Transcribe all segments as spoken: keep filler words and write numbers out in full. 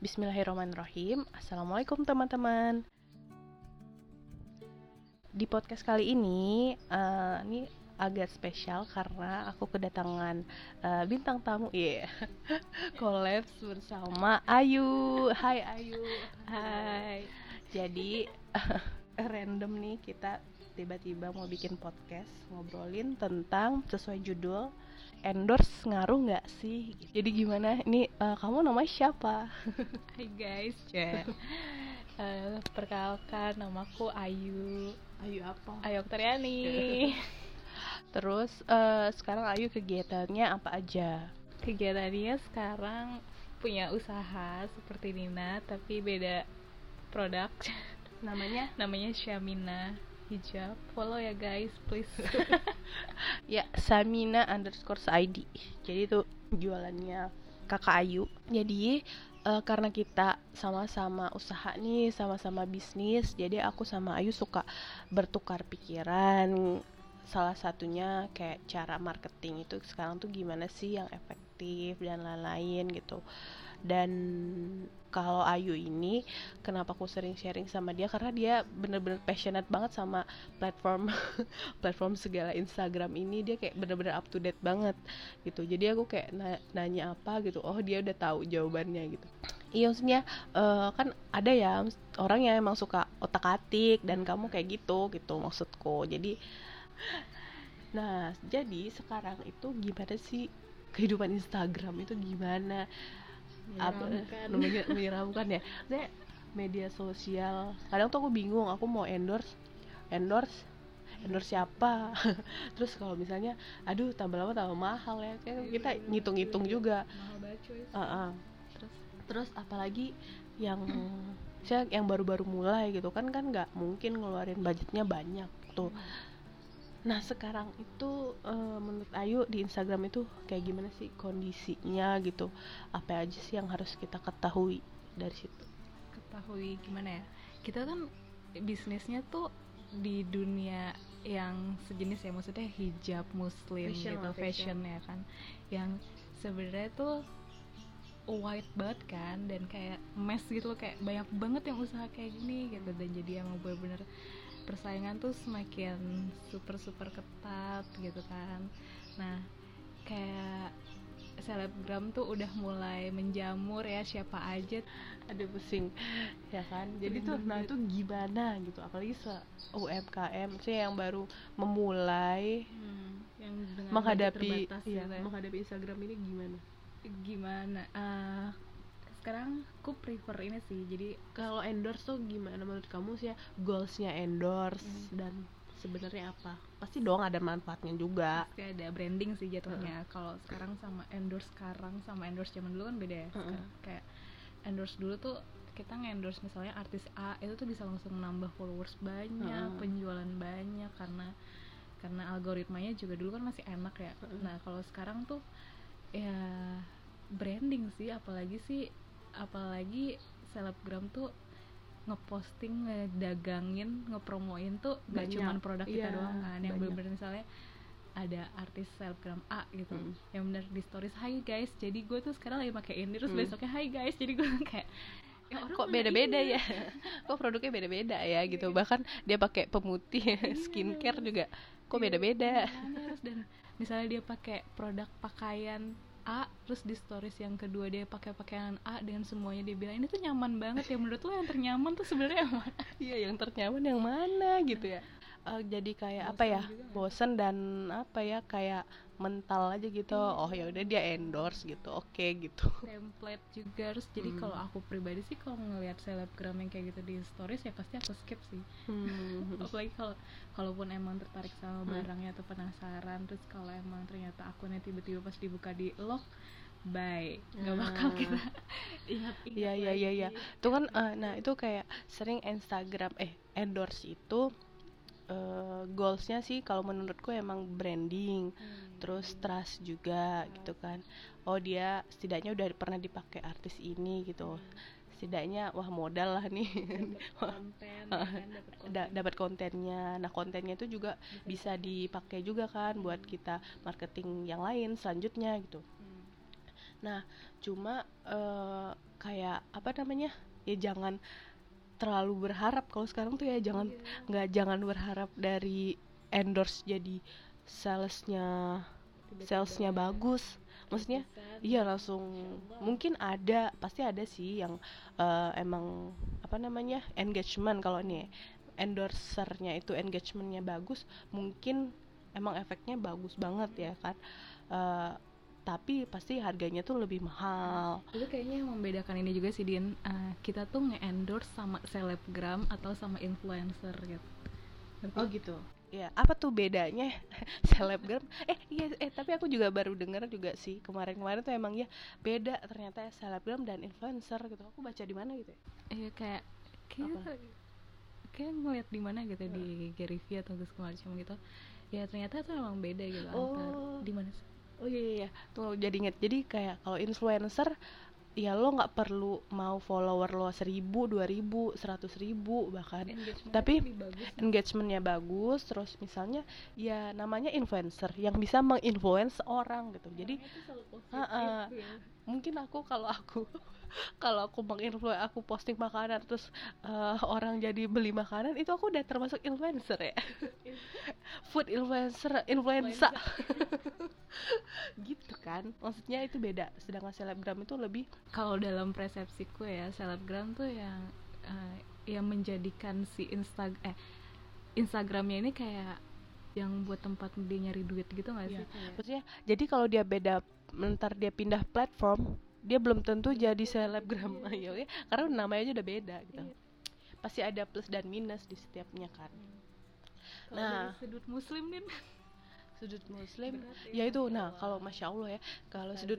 Bismillahirrahmanirrahim. Assalamualaikum teman-teman. Di podcast kali ini, uh, ini agak spesial karena aku kedatangan uh, bintang tamu, ya, yeah. Collabs bersama Ayu. Hai Ayu. Hai. Jadi random nih kita tiba-tiba mau bikin podcast ngobrolin tentang sesuai judul endorse ngaruh nggak sih? Jadi gimana? Ini uh, kamu namanya siapa? Hai guys, ya. uh, perkenalkan namaku Ayu. Ayu apa? Ayu Oktaviani. Terus uh, sekarang Ayu kegiatannya apa aja? Kegiatannya sekarang punya usaha seperti Nina tapi beda produk. Namanya? Namanya Syamina Hijab. Follow ya guys, please. Ya, Samina underscore I D. Jadi itu jualannya kakak Ayu. Jadi uh, karena kita sama-sama usaha nih, sama-sama bisnis, jadi aku sama Ayu suka bertukar pikiran. Salah satunya kayak cara marketing itu sekarang tuh gimana sih yang efektif dan lain-lain gitu. Dan kalau Ayu ini kenapa aku sering sharing sama dia, karena dia bener-bener passionate banget sama platform platform segala Instagram ini. Dia kayak bener-bener up to date banget gitu. Jadi aku kayak na- nanya apa gitu, oh dia udah tahu jawabannya gitu. Iya, maksudnya uh, kan ada ya orang yang emang suka otak-atik, dan kamu kayak gitu gitu maksudku. Jadi nah, jadi sekarang itu gimana sih kehidupan Instagram itu gimana? Menyeramkan. Apa, menyeramkan ya. Saya media sosial kadang tuh aku bingung, aku mau endorse endorse endorse siapa. Terus kalau misalnya aduh tambah lama tambah mahal ya, kayak kita ngitung-ngitung juga. Mahal banget cuy. Uh-uh. Terus terus apalagi yang saya yang baru-baru mulai gitu kan kan nggak mungkin ngeluarin budgetnya banyak tuh. Nah sekarang itu uh, menurut Ayu di Instagram itu kayak gimana sih kondisinya gitu? Apa aja sih yang harus kita ketahui dari situ? Ketahui gimana ya? Kita kan bisnisnya tuh di dunia yang sejenis ya, maksudnya hijab muslim Fashion gitu, lah, fashion. fashion ya kan, yang sebenarnya tuh white banget kan, dan kayak mess gitu loh, kayak banyak banget yang usaha kayak gini gitu, dan jadi emang bener-bener persaingan tuh semakin super super ketat gitu kan. Nah kayak selebgram tuh udah mulai menjamur ya, siapa aja. Ada pusing ya kan. Jadi tuh nah itu gimana gitu, apalagi se U M K M sih yang baru memulai hmm, yang dengan menghadapi terbatas iya, gitu ya. menghadapi Instagram ini gimana? Gimana? Uh, sekarang aku prefer ini sih. Jadi kalau endorse tuh gimana menurut kamu sih ya, goalsnya endorse hmm. dan sebenarnya apa? Pasti dong ada manfaatnya juga. Pasti ada branding sih jatuhnya. Uh. Kalau sekarang sama endorse sekarang sama endorse zaman dulu kan beda ya. Uh-uh. Kayak endorse dulu tuh kita nge-endorse misalnya artis A, itu tuh bisa langsung nambah followers banyak, uh. penjualan banyak, karena karena algoritmanya juga dulu kan masih enak ya. Uh. Nah kalau sekarang tuh ya branding sih, apalagi sih apalagi selebgram tuh ngeposting, ngedagangin, ngepromoin tuh gak cuman produk kita iya, doang kan, yang bener-bener misalnya ada artis selebgram A gitu, hmm. yang bener di stories, hai guys, jadi gue tuh sekarang lagi pakai ini, terus hmm. besoknya hai guys, jadi gue kayak ya, kok beda-beda ini? Ya kok produknya beda-beda ya gitu, bahkan dia pakai pemutih skincare juga kok beda-beda. Dan misalnya dia pakai produk pakaian A, terus di stories yang kedua dia pakai pakaian A dengan semuanya dia bilang ini tuh nyaman banget ya, menurut lo yang ternyaman tuh sebenarnya yang mana? Iya, yang ternyaman yang mana gitu ya. Uh, jadi kayak bosen apa ya, bosen dan apa ya, kayak mental aja gitu. Iya. Oh ya udah dia endorse gitu, oke okay, gitu. Template juga harus. Jadi hmm. kalau aku pribadi sih kalau ngelihat selebgram yang kayak gitu di stories ya pasti aku skip sih. Hmm. Apalagi kalau kalaupun emang tertarik sama barangnya atau penasaran, terus kalau emang ternyata akunnya tiba-tiba pas dibuka di lock, bye, nggak bakal kita ingat-ingat. Iya iya iya iya. Itu kan uh, nah itu kayak sering Instagram eh endorse itu Uh, goalsnya sih kalau menurutku emang branding, hmm. terus trust juga hmm. gitu kan. Oh dia setidaknya udah pernah dipakai artis ini gitu. Hmm. Setidaknya wah modal lah nih. Dapat konten, kan, dapat konten. dapat kontennya. Nah kontennya itu juga bisa, bisa dipakai juga kan hmm. buat kita marketing yang lain selanjutnya gitu. Hmm. Nah cuma uh, kayak kayak apa namanya ya jangan terlalu berharap. Kalau sekarang tuh ya jangan Iya. nggak jangan berharap dari endorse jadi salesnya Tiba-tiba salesnya bagus. Maksudnya ratusan, iya langsung Masya Allah. mungkin ada pasti ada sih yang eh, emang apa namanya engagement. Kalau nih endorsernya itu engagementnya bagus, mungkin emang efeknya bagus banget ya kan. Eh, tapi pasti harganya tuh lebih mahal. Itu kayaknya yang membedakan ini juga sih Din. Uh, kita tuh nge-endorse sama selebgram atau sama influencer gitu. Ngerti? Oh gitu. Ya, apa tuh bedanya selebgram? Eh iya, eh tapi aku juga baru dengar juga sih kemarin-kemarin tuh emang ya beda ternyata ya selebgram dan influencer gitu. Aku baca di mana gitu ya? Iya kayak kayak kayak ngeliat di mana gitu uh. di Gary Vee atau segala macam gitu. Ya ternyata itu emang beda gitu. Oh. Antar di mana sih? Oh iya iya, tuh jadi inget. Jadi kayak kalau influencer ya lo nggak perlu mau follower lo seribu, dua ribu, seratus ribu bahkan, Engagement tapi bagus, engagementnya bagus. Terus misalnya ya namanya influencer yang bisa menginfluence orang gitu. Jadi uh, uh, ya. Mungkin aku kalau aku kalau aku menginfluence, aku posting makanan terus uh, orang jadi beli makanan, itu aku udah termasuk influencer ya. Food influencer, influenza. Gitu kan, maksudnya itu beda. Sedangkan selebgram itu lebih, kalau dalam persepsiku ya, selebgram tuh yang uh, yang menjadikan si Insta eh Instagramnya ini kayak yang buat tempat dia nyari duit gitu nggak sih? Ya. Maksudnya jadi kalau dia beda, ntar dia pindah platform, dia belum tentu jadi selebgram. Ayo ya, karena namanya aja udah beda gitu. Iya. Pasti ada plus dan minus di setiapnya kan. Hmm. Kalau nah, dari sudut muslim nih, sudut muslim ya itu. Nah kalau masya Allah ya, kalau sudut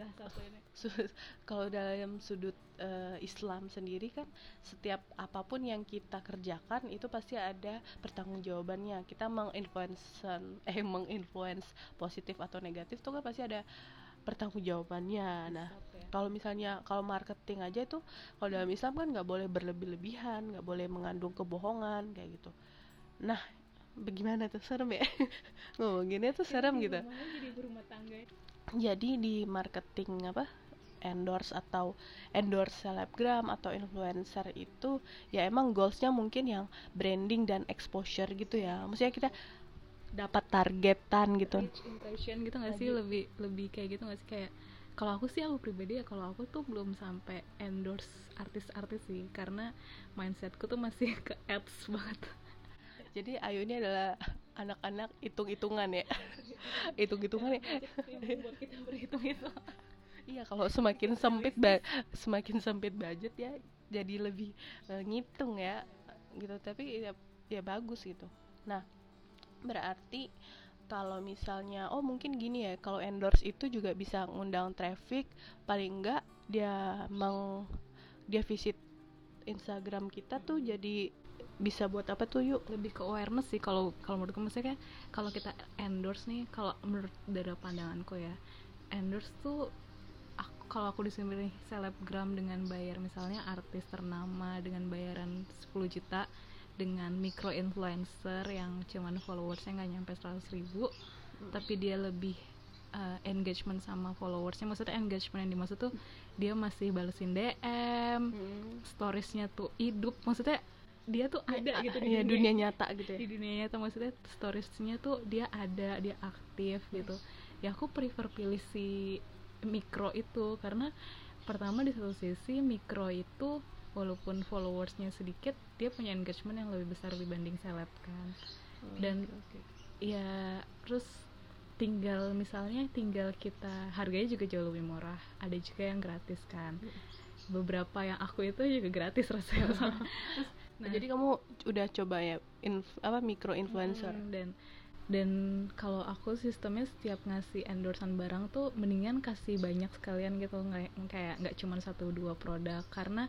kalau dalam sudut uh, Islam sendiri kan, setiap apapun yang kita kerjakan itu pasti ada pertanggungjawabannya. Kita menginfluence eh menginfluence positif atau negatif tuh kan pasti ada pertanggungjawabannya. Nah ya. Kalau misalnya kalau marketing aja itu, kalau dalam Islam kan nggak boleh berlebih-lebihan, nggak boleh mengandung kebohongan kayak gitu. Nah bagaimana tuh, serem ya ngomonginnya tuh serem gitu. Jadi berumah tangga. Jadi di marketing apa endorse atau endorse selebgram atau influencer itu ya emang goalsnya mungkin yang branding dan exposure gitu ya. Maksudnya kita dapat targetan gitu. Reach impression gitu nggak sih? Lebih lebih kayak gitu nggak sih? Kayak kalau aku sih, aku pribadi ya, kalau aku tuh belum sampai endorse artis-artis sih, karena mindsetku tuh masih ke ads banget. Jadi Ayu ini adalah anak-anak hitung-hitungan ya. Hitung-hitungan ya. Buat kita berhitung itu. Iya, kalau semakin sempit ba- semakin sempit budget ya, jadi lebih uh, ngitung ya gitu. Tapi ya, ya bagus gitu. Nah, berarti kalau misalnya oh mungkin gini ya, kalau endorse itu juga bisa ngundang traffic. Paling enggak dia meng dia visit Instagram kita tuh jadi bisa buat apa tuh yuk, lebih ke awareness sih kalau kalau menurutku. Maksudnya kan kalau kita endorse nih, kalau menurut dari pandanganku ya, endorse tuh aku, kalau aku disini selebgram dengan bayar misalnya artis ternama dengan bayaran sepuluh juta, dengan micro influencer yang cuman followersnya nggak nyampe seratus ribu, hmm. tapi dia lebih uh, engagement sama followersnya. Maksudnya engagement yang dimaksud tuh dia masih balesin D M, hmm. storiesnya tuh hidup, maksudnya dia tuh ada gitu di ya, dunia, dunia nyata gitu ya. Di dunia nyata maksudnya storiesnya tuh dia ada, dia aktif gitu. Ya aku prefer pilih si mikro itu, karena pertama di satu sisi mikro itu walaupun followersnya sedikit, dia punya engagement yang lebih besar dibanding seleb kan. Dan okay, okay. ya terus tinggal misalnya tinggal kita, harganya juga jauh lebih murah. Ada juga yang gratis kan. Beberapa yang aku itu juga gratis rasanya. Nah, jadi kamu udah coba ya inf- apa micro influencer? Hmm, dan dan kalau aku sistemnya setiap ngasih endorsean barang tuh mendingan kasih banyak sekalian gitu, nggak kayak nggak cuma satu dua produk, karena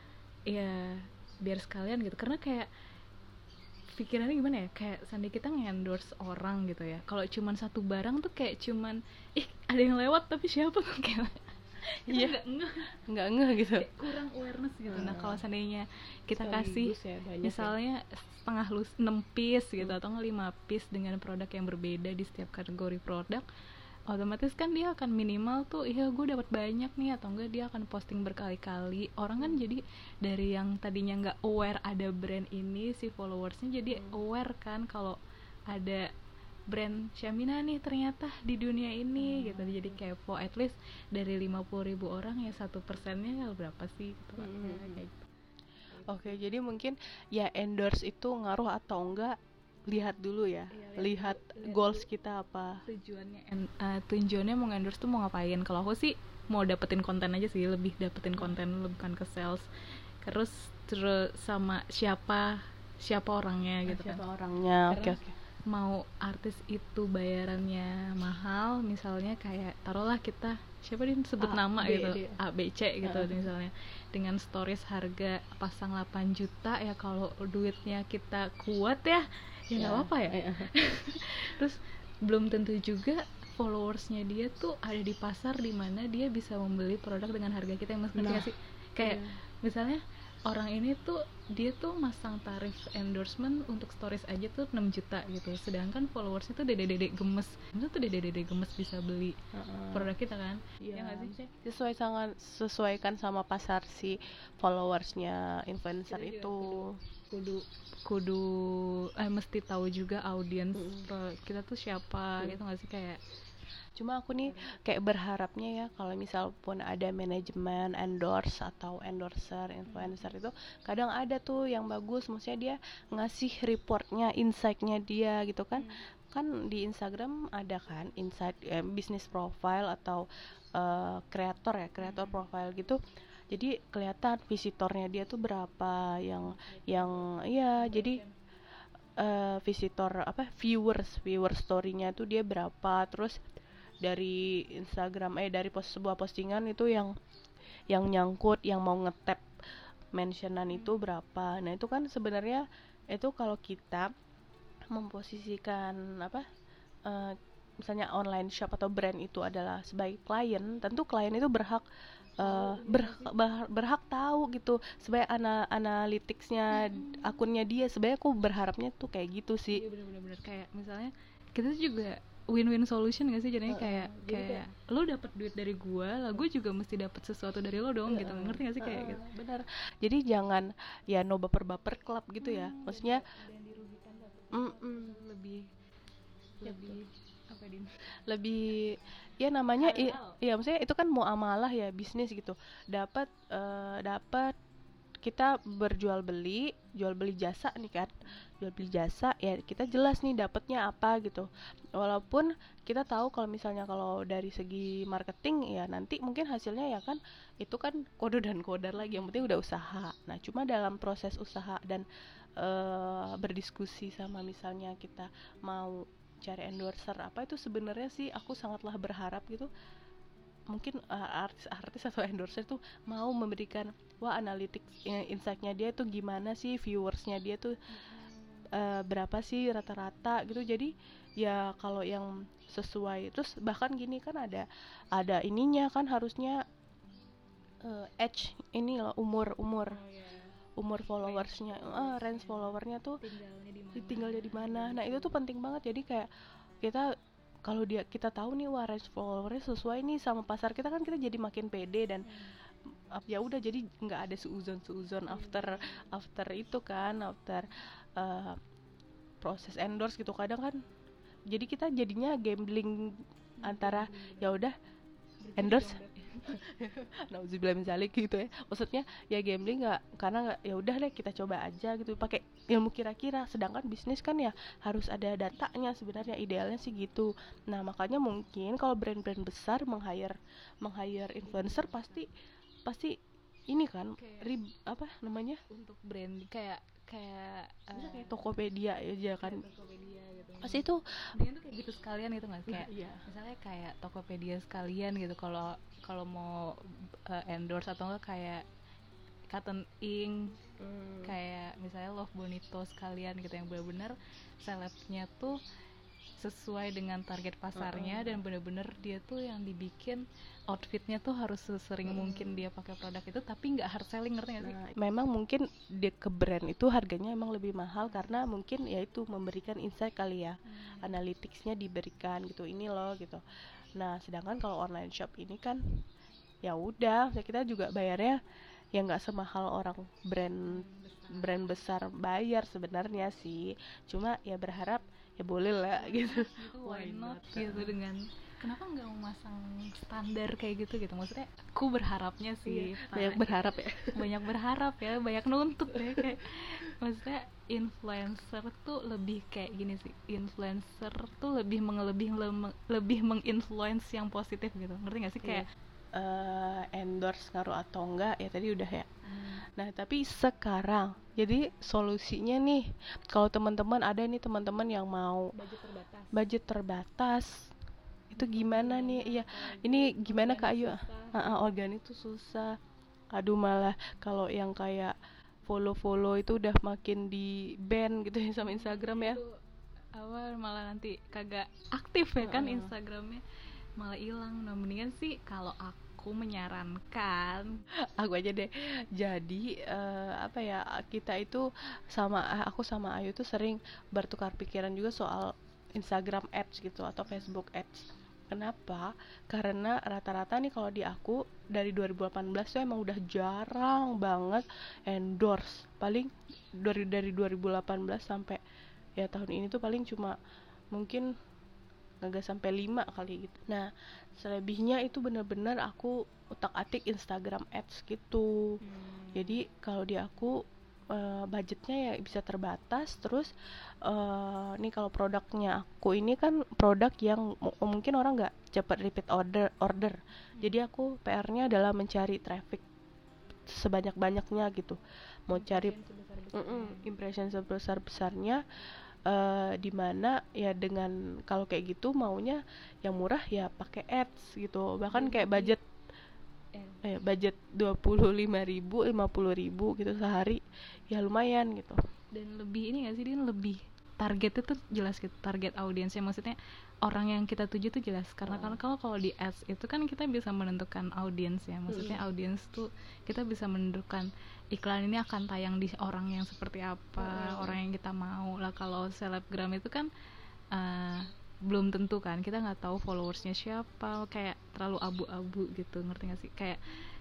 ya biar sekalian gitu. Karena kayak pikirannya gimana ya, kayak sandi kita nge-endorse orang gitu ya, kalau cuma satu barang tuh kayak cuman ih ada yang lewat tapi siapa tuh kayak iya nggak ngeh nggak ngeh gitu, kayak kurang awareness gitu. Hmm. Nah kalau seandainya kita kasih ya, misalnya ya. setengah lus enam piece gitu, hmm. atau lima piece dengan produk yang berbeda di setiap kategori produk, otomatis kan dia akan minimal tuh, iya gue dapat banyak nih, atau enggak dia akan posting berkali-kali. Orang kan jadi dari yang tadinya nggak aware ada brand ini, si followersnya jadi hmm. aware kan kalau ada brand Syamina nih ternyata di dunia ini hmm. gitu. Jadi kepo. At least dari lima puluh ribu orang ya satu persennya berapa sih gitu. Hmm. Ya, kayak gitu. Oke, jadi mungkin ya endorse itu ngaruh atau enggak, lihat dulu ya, iya, lihat, lihat goals dulu. Kita apa tujuannya, en, uh, tujuannya mau endorse tuh mau ngapain. Kalau aku sih mau dapetin konten aja sih, lebih dapetin konten, bukan ke sales. Terus terus sama siapa siapa orangnya gitu siapa kan, orangnya. Oke oke. Mau artis itu bayarannya mahal, misalnya kayak taruhlah kita siapa dia sebut A, nama B, gitu dia. A B C gitu uh. misalnya, dengan stories harga pasang delapan juta ya, kalau duitnya kita kuat ya ya nggak ya, apa ya, ya. Terus belum tentu juga followersnya dia tuh ada di pasar di mana dia bisa membeli produk dengan harga kita yang masih nah, sih kayak iya. Misalnya orang ini tuh dia tuh masang tarif endorsement untuk stories aja tuh enam juta gitu, sedangkan followersnya tuh dede-dede gemes, itu tuh dede-dede gemes bisa beli uh-uh. produk kita kan, ya nggak sih? Sesuai sangat sesuaikan sama pasar si followersnya influencer jadi itu. Kudu kudu eh mesti tahu juga audiens hmm. kita tuh siapa hmm. gitu nggak sih kayak. Cuma aku nih kayak berharapnya ya kalau misal pun ada manajemen endorse atau endorser influencer itu kadang ada tuh yang bagus, maksudnya dia ngasih reportnya, insight-nya dia gitu kan. Hmm. Kan di Instagram ada kan insight eh, business profile atau kreator uh, ya kreator hmm. profile gitu. Jadi kelihatan visitornya dia tuh berapa, yang yang iya jadi uh, visitor apa viewers viewer story-nya tuh dia berapa, terus dari Instagram eh dari post sebuah postingan itu yang yang nyangkut, yang mau nge-tap mentionan itu berapa. Nah itu kan sebenarnya itu kalau kita memposisikan apa uh, misalnya online shop atau brand itu adalah sebagai klien, tentu klien itu berhak uh, berhak, berhak, berhak tahu gitu sebagai ana, analyticsnya hmm. akunnya dia. Sebenarnya aku berharapnya tuh kayak gitu sih. Iya benar-benar kayak misalnya kita juga win-win solution gak sih jadinya, uh, kayak uh, kayak kayak lo dapet duit dari gua, lah gue juga mesti dapet sesuatu dari lo dong uh, gitu, ngerti gak sih kayak uh, gitu. Benar. Jadi jangan ya no baper-baper club gitu ya, hmm, maksudnya mm -mm. lebih lebih apa din lebih ya namanya i, ya maksudnya itu kan muamalah ya, bisnis gitu, dapat uh, dapat kita berjual beli, jual beli jasa nih kan, jual beli jasa ya kita jelas nih dapatnya apa gitu. Walaupun kita tahu kalau misalnya kalau dari segi marketing ya nanti mungkin hasilnya ya kan itu kan kode dan kodar lagi, yang penting udah usaha. Nah cuma dalam proses usaha dan uh, berdiskusi sama misalnya kita mau cari endorser apa itu, sebenarnya sih aku sangatlah berharap gitu mungkin uh, artis-artis atau endorser tuh mau memberikan wah analytics insight-nya dia tuh gimana sih, viewersnya dia tuh uh, berapa sih rata-rata gitu. Jadi ya kalau yang sesuai, terus bahkan gini kan ada ada ininya kan harusnya uh, age ini loh, umur umur oh, yeah. umur followersnya, uh, range followernya tuh tinggalnya di mana. Nah itu tuh penting banget. Jadi kayak kita kalau dia kita tahu nih wah range followernya sesuai nih sama pasar kita, kan kita jadi makin pede dan hmm. ya udah jadi nggak ada seuzon seuzon after after itu kan after uh, proses endorse gitu. Kadang kan jadi kita jadinya gambling antara ya udah endorse nauzubillah min zalik gitu ya, maksudnya ya gambling nggak, karena nggak ya udah deh kita coba aja gitu pakai ilmu kira-kira, sedangkan bisnis kan ya harus ada datanya sebenarnya, idealnya sih gitu. Nah makanya mungkin kalau brand-brand besar meng-hire meng-hire influencer pasti pasti ini kan rib apa namanya untuk brand kayak kayak uh, kayak Tokopedia aja kan, Tokopedia gitu. Pasti itu dia tuh kayak gitu sekalian itu nggak kayak iya. Misalnya kayak Tokopedia sekalian gitu kalau kalau mau uh, endorse atau enggak kayak Cotton Ink hmm. kayak misalnya Love Bonito sekalian gitu yang benar-benar selebnya tuh sesuai dengan target pasarnya, uh-uh. dan benar-benar dia tuh yang dibikin outfitnya tuh harus sesering uh-uh. mungkin dia pakai produk itu, tapi nggak hard selling, ngerti nggak sih? Nah, memang mungkin dia ke brand itu harganya emang lebih mahal karena mungkin ya itu memberikan insight kali ya, hmm. analyticsnya diberikan gitu, ini loh gitu. Nah sedangkan kalau online shop ini kan ya udah kita juga bayarnya ya nggak semahal orang brand brand besar bayar sebenarnya sih, cuma ya berharap ya boleh lah gitu, gitu why not gitu, dengan kenapa nggak memasang standar kayak gitu gitu, maksudnya aku berharapnya sih iya, banyak berharap ya banyak berharap ya banyak nuntut deh kayak maksudnya influencer tuh lebih kayak gini sih, influencer tuh lebih mengelebih lebih menginfluence yang positif gitu, ngerti nggak sih kayak uh, endorse ngaruh atau enggak ya tadi udah ya. Hmm. Nah tapi sekarang jadi solusinya nih kalau teman-teman ada nih teman-teman yang mau budget terbatas, budget terbatas itu gimana nih? Iya, ini gimana Kak Ayu? Uh, organik tuh susah. Aduh malah kalau yang kayak follow-follow itu udah makin di ban gitu ya sama Instagram ya. Itu awal malah nanti kagak aktif ya kan uh-uh. Instagramnya malah hilang. Nah mendingan sih kalau aku menyarankan aku aja deh. Jadi uh, apa ya kita itu sama aku sama Ayu tuh sering bertukar pikiran juga soal Instagram Ads gitu atau Facebook Ads. Kenapa? Karena rata-rata nih kalau di aku dari dua ribu delapan belas tuh emang udah jarang banget endorse. Paling dari dari dua ribu delapan belas sampai ya tahun ini tuh paling cuma mungkin nggak sampai lima kali gitu. Nah, selebihnya itu benar-benar aku utak-atik Instagram Ads gitu. Hmm. Jadi kalau di aku Uh, budgetnya ya bisa terbatas, terus uh, nih kalau produknya aku ini kan produk yang m- mungkin orang nggak cepat repeat order order hmm. Jadi aku P R-nya adalah mencari traffic sebanyak-banyaknya gitu, mau cari impression sebesar-besarnya, uh, dimana ya dengan kalau kayak gitu maunya yang murah ya pakai ads gitu, bahkan kayak budget Eh, budget dua puluh lima ribu, lima puluh ribu gitu sehari ya lumayan gitu. Dan lebih ini gak sih Din, lebih targetnya tuh jelas gitu, target audiensnya maksudnya orang yang kita tuju tuh jelas karena oh. kan kalau kalau di ads itu kan kita bisa menentukan audiens ya, maksudnya hmm. audiens tuh kita bisa menentukan iklan ini akan tayang di orang yang seperti apa, oh. orang yang kita mau lah. Kalau selebgram itu kan uh, belum tentu kan, kita nggak tahu followersnya siapa, kayak terlalu abu-abu gitu, ngerti nggak sih, kayak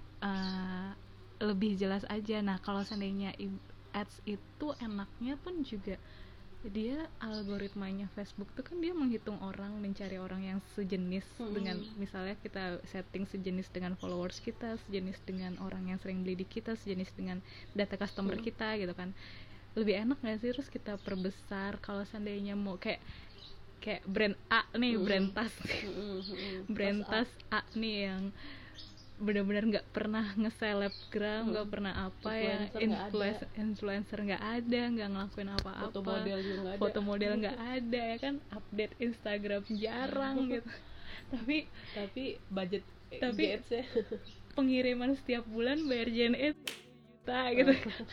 uh, lebih jelas aja. Nah kalau seandainya ads itu enaknya pun juga dia algoritmanya Facebook tuh kan dia menghitung orang, mencari orang yang sejenis hmm. dengan misalnya kita setting sejenis dengan followers kita, sejenis dengan orang yang sering beli di kita, sejenis dengan data customer hmm. kita gitu kan, lebih enak nggak sih? Terus kita perbesar kalau seandainya mau kayak kayak brand A nih, mm. brand tas mm-hmm. brand tas A. A nih yang benar-benar nggak pernah nge-selebgram, nggak mm. pernah apa ya, influencer influencer nggak ada, nggak ngelakuin apa-apa, foto model juga nggak ada, foto model nggak ada ya kan, update Instagram jarang gitu. tapi tapi budget tapi ya. Pengiriman setiap bulan bayar J N E juta gitu.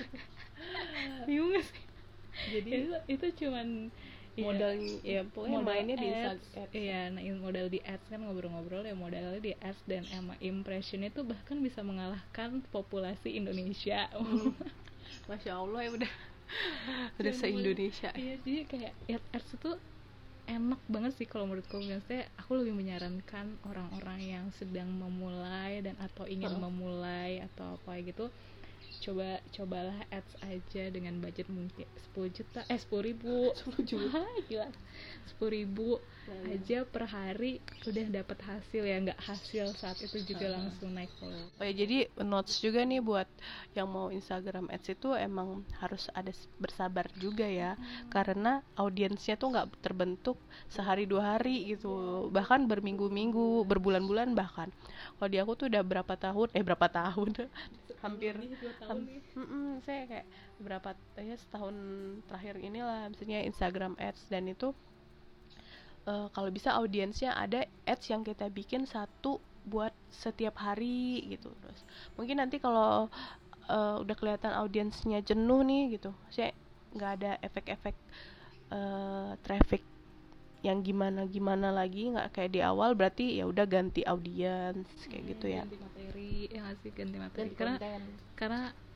Bingung gak sih? Jadi itu, itu cuman modal ya, ya pokoknya modal mainnya di ads, ads. Iya, nah modal di ads kan ngobrol-ngobrol ya, modalnya di ads dan emang impression itu bahkan bisa mengalahkan populasi Indonesia. Hmm. Masya Allah ya udah udah se-Indonesia. Iya, jadi kayak ads itu enak banget sih kalau menurutku. Maksudnya aku lebih menyarankan orang-orang yang sedang memulai dan atau ingin uh. memulai atau apa gitu, coba cobalah ads aja dengan budget mungkin sepuluh juta eh sepuluh ribu sepuluh juta gila sepuluh ribu nah, aja per hari udah dapat hasil ya, nggak hasil saat itu juga uh, langsung naik follow. Oh ya, jadi notes juga nih buat yang mau Instagram ads itu emang harus ada bersabar juga ya, hmm. karena audiensnya tuh nggak terbentuk sehari dua hari gitu, bahkan berminggu-minggu, berbulan-bulan bahkan. Kalau di aku tuh udah berapa tahun eh berapa tahun hampir ham, saya kayak berapa ya setahun terakhir inilah maksudnya Instagram ads, dan itu uh, kalau bisa audiensnya ada ads yang kita bikin satu buat setiap hari gitu. Terus mungkin nanti kalau uh, udah kelihatan audiensnya jenuh nih gitu, saya nggak ada efek-efek uh, traffic yang gimana-gimana lagi, nggak kayak di awal, berarti ya udah ganti audiens kayak hmm, gitu ya. Ganti materi, ya nggak sih, ganti materi. Ganti karena konten. karena uh,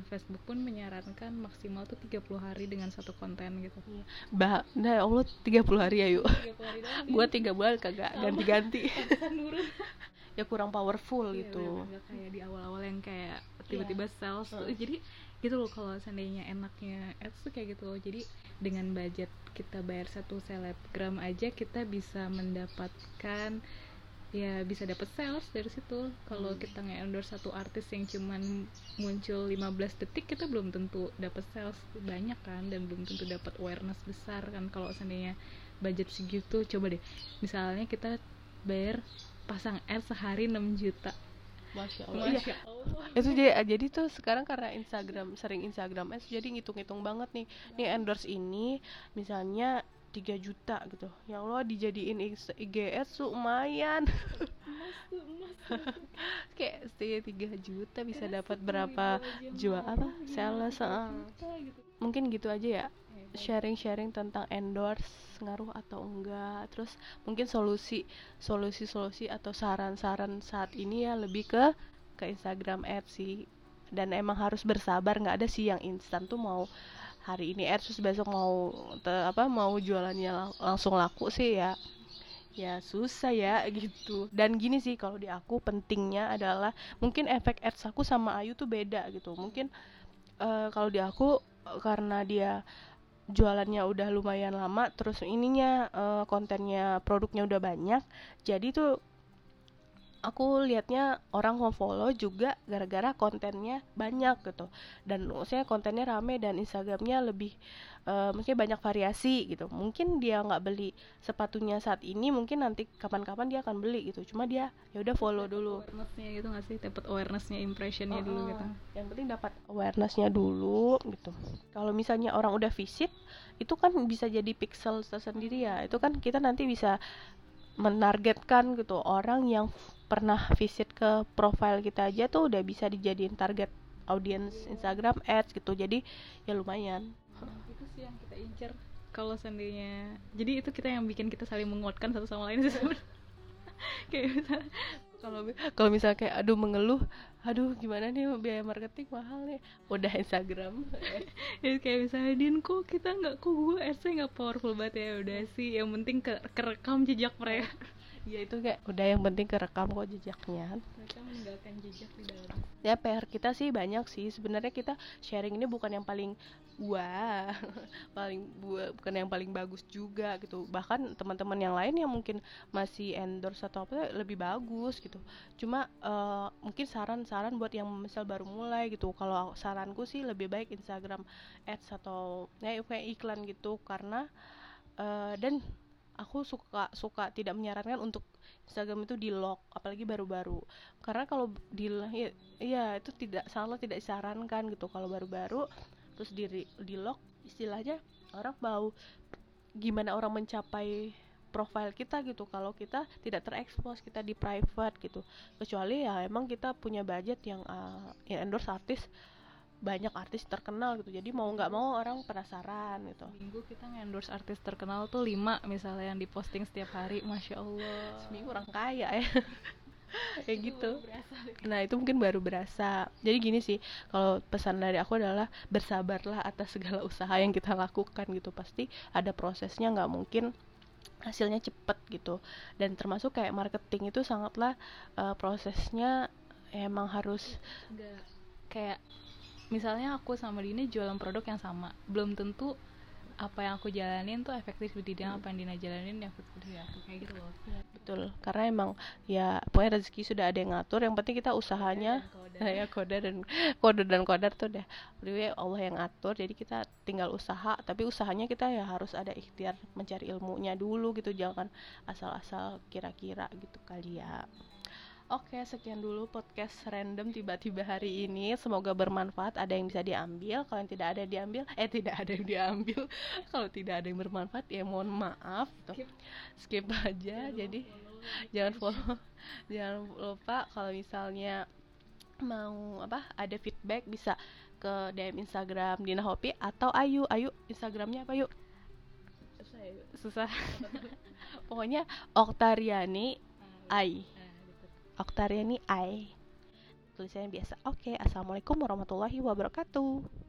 Facebook pun menyarankan maksimal tuh tiga puluh hari dengan satu konten gitu. Bah, nah Allah tiga puluh hari ya yuk. tiga puluh hari doang. Gua tiga bulan kagak ganti-ganti. Nurun. Ya kurang powerful Iya, gitu. bener-bener kayak di awal-awal yang kayak tiba-tiba sales tuh. Jadi gitu loh, kalau seandainya enaknya ads tuh kayak gitu loh. Jadi dengan budget kita bayar satu selebgram aja kita bisa mendapatkan, ya bisa dapat sales dari situ. Kalau hmm. kita nge-endorse satu artis yang cuman muncul lima belas detik, kita belum tentu dapat sales banyak kan, dan belum tentu dapat awareness besar kan. Kalau seandainya budget segitu, coba deh misalnya kita bayar pasang ads sehari enam juta. Masya Allah. Masya Allah. Iya. Itu jadi jadi tuh sekarang karena Instagram sering Instagram ads, jadi ngitung-ngitung banget nih. Nih endorse ini misalnya tiga juta gitu. Ya Allah, dijadiin I G ads tuh lumayan. Emas tuh, emas. Kayak stay tiga juta bisa dapat berapa jual apa? Sales. Gitu. Mungkin gitu aja ya. Sharing-sharing tentang endorse ngaruh atau enggak. Terus mungkin solusi solusi-solusi atau saran-saran saat ini ya lebih ke ke Instagram ads sih. Dan emang harus bersabar, nggak ada sih yang instan tuh mau hari ini ads terus besok mau te, apa mau jualannya lang- langsung laku sih ya. Ya susah ya gitu. Dan gini sih kalau di aku pentingnya adalah mungkin efek ads aku sama Ayu tuh beda gitu. Mungkin uh, kalau di aku karena dia jualannya udah lumayan lama, terus ininya uh, kontennya produknya udah banyak, jadi tuh aku liatnya orang mau follow juga gara-gara kontennya banyak gitu, dan maksudnya kontennya rame dan Instagramnya lebih uh, mungkin banyak variasi gitu. Mungkin dia nggak beli sepatunya saat ini, mungkin nanti kapan-kapan dia akan beli gitu, cuma dia ya udah follow dulu. Awarenessnya gitu nggak sih, dapat awarenessnya, impressionnya uh, dulu gitu. Yang penting dapat awarenessnya dulu gitu. Kalau misalnya orang udah visit, itu kan bisa jadi pixel tersendiri ya. Itu kan kita nanti bisa menargetkan gitu orang yang pernah visit ke profile kita aja tuh udah bisa dijadiin target audience Instagram ads gitu. Jadi ya lumayan. Nah, itu sih yang kita incer kalau seandainya. Jadi itu kita yang bikin kita saling menguatkan satu sama lain sih sebenarnya. Kayak misalnya kalau kalau misalnya kayak aduh mengeluh, aduh gimana nih biaya marketing mahal nih, udah Instagram. Ya kayak misalnya Din, kok kita nggak, kok gue ads-nya nggak powerful banget ya, udah sih yang penting ke kerekam jejak mereka. Ya itu kayak udah yang penting kerekam kok jejaknya. Mereka meninggalkan jejak di dalam. Ya P R kita sih banyak sih sebenarnya. Kita sharing ini bukan yang paling wah paling bu- bukan yang paling bagus juga gitu. Bahkan teman-teman yang lain yang mungkin masih endorse atau apa lebih bagus gitu. Cuma uh, mungkin saran-saran buat yang misal baru mulai gitu. Kalau saranku sih lebih baik Instagram ads atau ya kayak iklan gitu, karena uh, dan aku suka suka tidak menyarankan untuk Instagram itu di lock, apalagi baru-baru. Karena kalau di ya, ya itu tidak salah, tidak disarankan gitu. Kalau baru-baru terus di di lock, istilahnya orang mau gimana orang mencapai profile kita gitu kalau kita tidak terekspos, kita di private gitu. Kecuali ya emang kita punya budget yang uh, yang endorse artis, banyak artis terkenal gitu, jadi mau nggak mau orang penasaran gitu. Minggu kita nge-endorse artis terkenal tuh lima misalnya yang diposting setiap hari, masya Allah. Seminggu orang kaya ya. Kayak gitu. Nah itu mungkin baru berasa. Jadi gini sih, kalau pesan dari aku adalah bersabarlah atas segala usaha yang kita lakukan gitu. Pasti ada prosesnya, nggak mungkin hasilnya cepet gitu. Dan termasuk kayak marketing itu sangatlah uh, prosesnya emang harus Nggak, kayak misalnya aku sama Dina jualan produk yang sama, belum tentu apa yang aku jalanin tuh efektif di Dina, hmm. apa yang Dina jalanin yang efektif di aku, kayak gitu loh. Ya, betul, karena emang ya pokoknya rezeki sudah ada yang ngatur, yang penting kita usahanya ya koda dan koda dan kodar tuh udah Allah yang atur, jadi kita tinggal usaha, tapi usahanya kita ya harus ada ikhtiar mencari ilmunya dulu gitu, jangan asal-asal kira-kira gitu kali ya. Oke, sekian dulu podcast random tiba-tiba hari ini. Semoga bermanfaat, ada yang bisa diambil. Kalau yang tidak ada diambil, eh tidak ada yang diambil. Kalau tidak ada yang bermanfaat, ya mohon maaf. Skip, Skip aja. Jangan Jadi follow, jangan follow, jangan lupa kalau misalnya mau apa, ada feedback bisa ke D M Instagram Dina Hopi atau Ayu. Ayu Instagramnya apa yuk? Susah ya, susah. Pokoknya Oktariani Ai. Oktariani I. tulisannya biasa. Oke, assalamualaikum warahmatullahi wabarakatuh.